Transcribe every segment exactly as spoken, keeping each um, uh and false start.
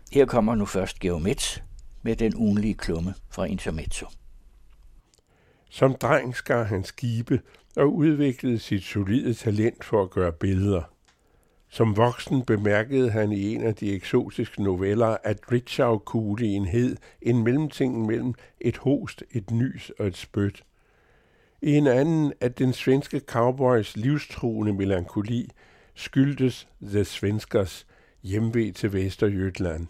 Her kommer nu først Geomets med den ugenlige klumme fra Intermezzo. Som dreng skar han skibe og udviklede sit solide talent for at gøre billeder. Som voksen bemærkede han i en af de eksotiske noveller, at Ritzau-kuglien hed en mellemting mellem et host, et nys og et spyt. I en anden, at den svenske cowboys livstruende melankoli skyldtes The Svenskers hjemvej til Vesterjylland.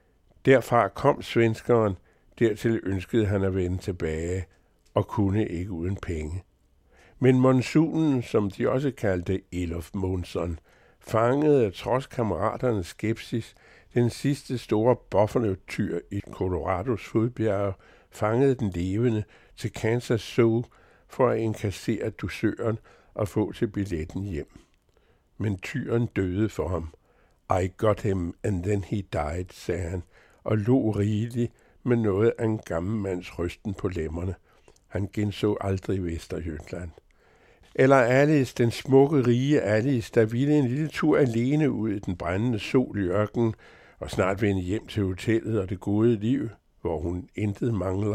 Derfra kom svenskeren, dertil ønskede han at vende tilbage og kunne ikke uden penge. Men monsunen, som de også kaldte Elof Månsson, fangede trods kammeraternes skepsis den sidste store buffalo-tyr i Colorados fodbjerge, fangede den levende til Kansas Zoo for at inkassere dusøren og få til billetten hjem. Men tyren døde for ham. I got him, and then he died, sagde han, og lå rigeligt med noget af en gammel mands rysten på lemmerne. Han genså aldrig Vesterjylland. Eller Alice, den smukke, rige Alice, der ville en lille tur alene ud i den brændende sol i ørkenen, og snart vende hjem til hotellet og det gode liv, hvor hun intet mangler.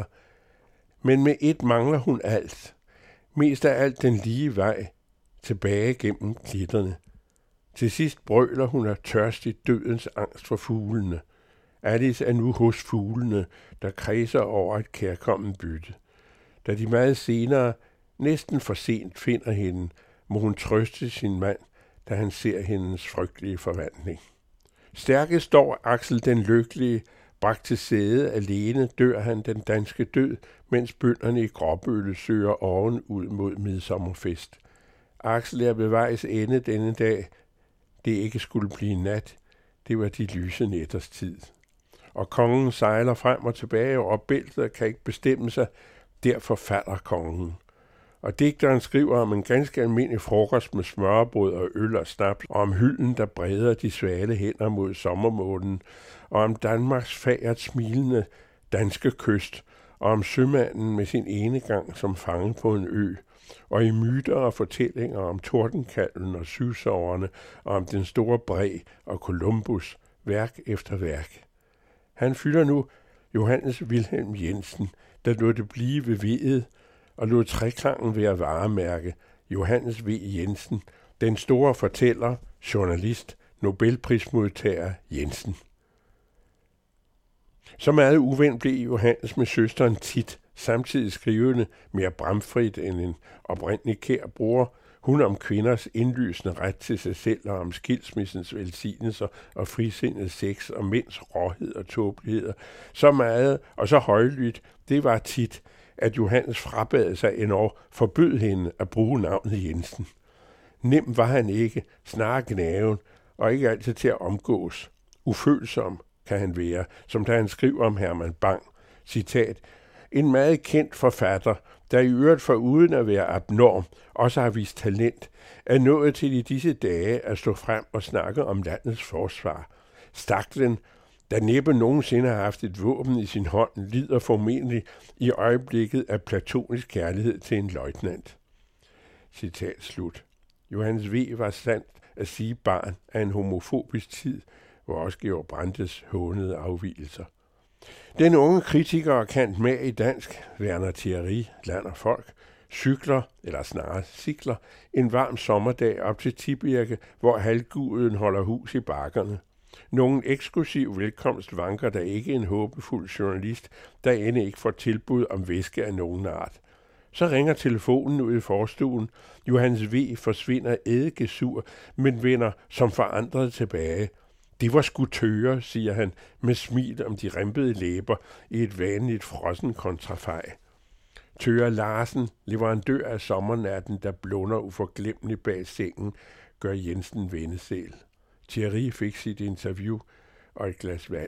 Men med et mangler hun alt. Mest af alt den lige vej, tilbage gennem klitterne. Til sidst brøler hun af tørstig dødens angst for fuglene. Alice er nu hos fuglene, der kredser over et kærkommen bytte. Da de meget senere, næsten for sent, finder hende, må hun trøste sin mand, da han ser hendes frygtelige forvandling. Stærkest står Axel den lykkelige, bragt til sæde alene, dør han den danske død, mens bønderne i Gråbølle søger oven ud mod midsommerfest. Axel er ved vejs ende denne dag. Det ikke skulle blive nat, det var de lyse nætters tid. Og kongen sejler frem og tilbage over bæltet og kan ikke bestemme sig, derfor falder kongen. Og digteren skriver om en ganske almindelig frokost med smørrebrød og øl og snaps, og om hylden, der breder de svale hænder mod sommermånen, og om Danmarks fagert smilende danske kyst, og om sømanden med sin enegang som fange på en ø, og i myter og fortællinger om tordenkalven og syvsoverne, og om den store bræ og Columbus, værk efter værk. Han fylder nu Johannes Wilhelm Jensen, der lod det blive ved vedet, og lod treklangen være varemærke, Johannes V. Jensen, den store fortæller, journalist, Nobelprismodtager Jensen. Så meget uven blev Johannes med søsteren tit, samtidig skrivende mere bramfrit end en oprindelig kær bror, hun om kvinders indlysende ret til sig selv og om skilsmissens velsignelser og frisindet sex og mænds råhed og tåbeligheder. Så meget og så højlydt, det var tit, at Johannes frabad sig endnu forbød hende at bruge navnet Jensen. Nem var han ikke, snarere gnaven, og ikke altid til at omgås. Ufølsom kan han være, som da han skriver om Herman Bang. Citat: en meget kendt forfatter, der i øvrigt for uden at være abnorm, også har vist talent, er nået til i disse dage at stå frem og snakke om landets forsvar. Staklen, der næppe nogensinde har haft et våben i sin hånd, lider formentlig i øjeblikket af platonisk kærlighed til en løjtnant. Citat slut. Johannes V. var sandt at sige barn af en homofobisk tid, hvor også Georg Brandes hånede afvigelser. Den unge kritiker og kant med i dansk, Werner Thierry, Land og Folk, cykler, eller snarere cykler, en varm sommerdag op til Tibirke, hvor halvguden holder hus i bakkerne. Nogen eksklusiv velkomst vanker der ikke en håbefuld journalist, der end ikke får tilbud om væske af nogen art. Så ringer telefonen ud i forstuen. Johannes V. forsvinder eddikesur, men vender som forandret tilbage. Det var sgu tøre, siger han, med smil om de rimpede læber i et vanligt frossen kontrafej. Tøre Larsen, leverandør af sommernatten, der blunder uforglemmeligt bag sengen, gør Jensen vendesæl. Thierry fik sit interview og et glas vand.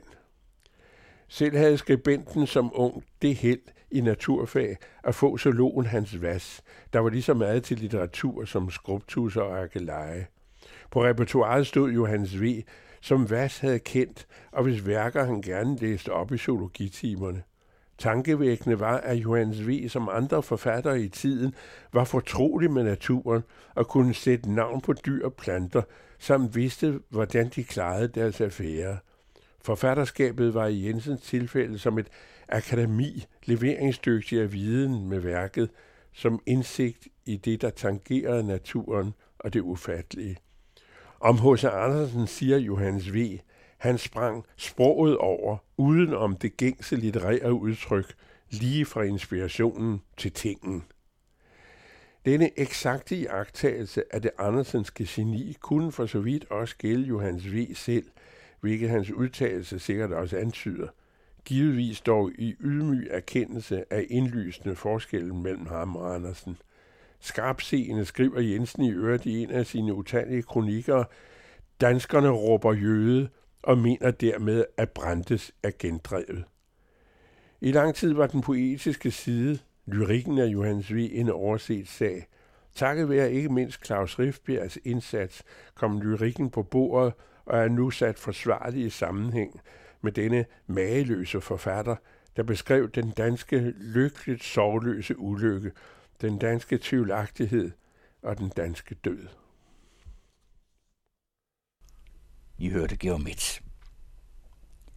Selv havde skribenten som ung det held i naturfag at få zoologen Hans Vass, der var lige så meget til litteratur som skrubtusser og akeleje. På repertoiret stod Johannes V., som Vass havde kendt, og hvis værker han gerne læste op i zoologitimerne. Tankevækkende var, at Johannes V., som andre forfattere i tiden, var fortrolig med naturen og kunne sætte navn på dyr og planter, samt vidste, hvordan de klarede deres affære. Forfatterskabet var i Jensens tilfælde som et akademi leveringsdygtig af viden med værket, som indsigt i det, der tangerede naturen og det ufattelige. Om H C. Andersen siger Johannes V., han sprang sproget over, uden om det gængse litterære udtryk, lige fra inspirationen til tingen. Denne eksakte iagttagelse af det andersenske geni kunne for så vidt også gælde Johannes V. selv, hvilket hans udtalelse sikkert også antyder. Givetvis dog i ydmyg erkendelse af indlysende forskellen mellem ham og Andersen. Skarpseende skriver Jensen i øvrigt i en af sine utallige kronikker, danskerne råber jøde og mener dermed, at Brandes er gendrevet. I lang tid var den poetiske side, lyrikken af Johannes V. en overset sag. Takket være ikke mindst Claus Rifbjergs indsats kom lyrikken på bordet og er nu sat forsvarlig i sammenhæng med denne mageløse forfatter, der beskrev den danske lykkeligt sorgløse ulykke, den danske tvivlagtighed og den danske død. I hørte Georg Metz.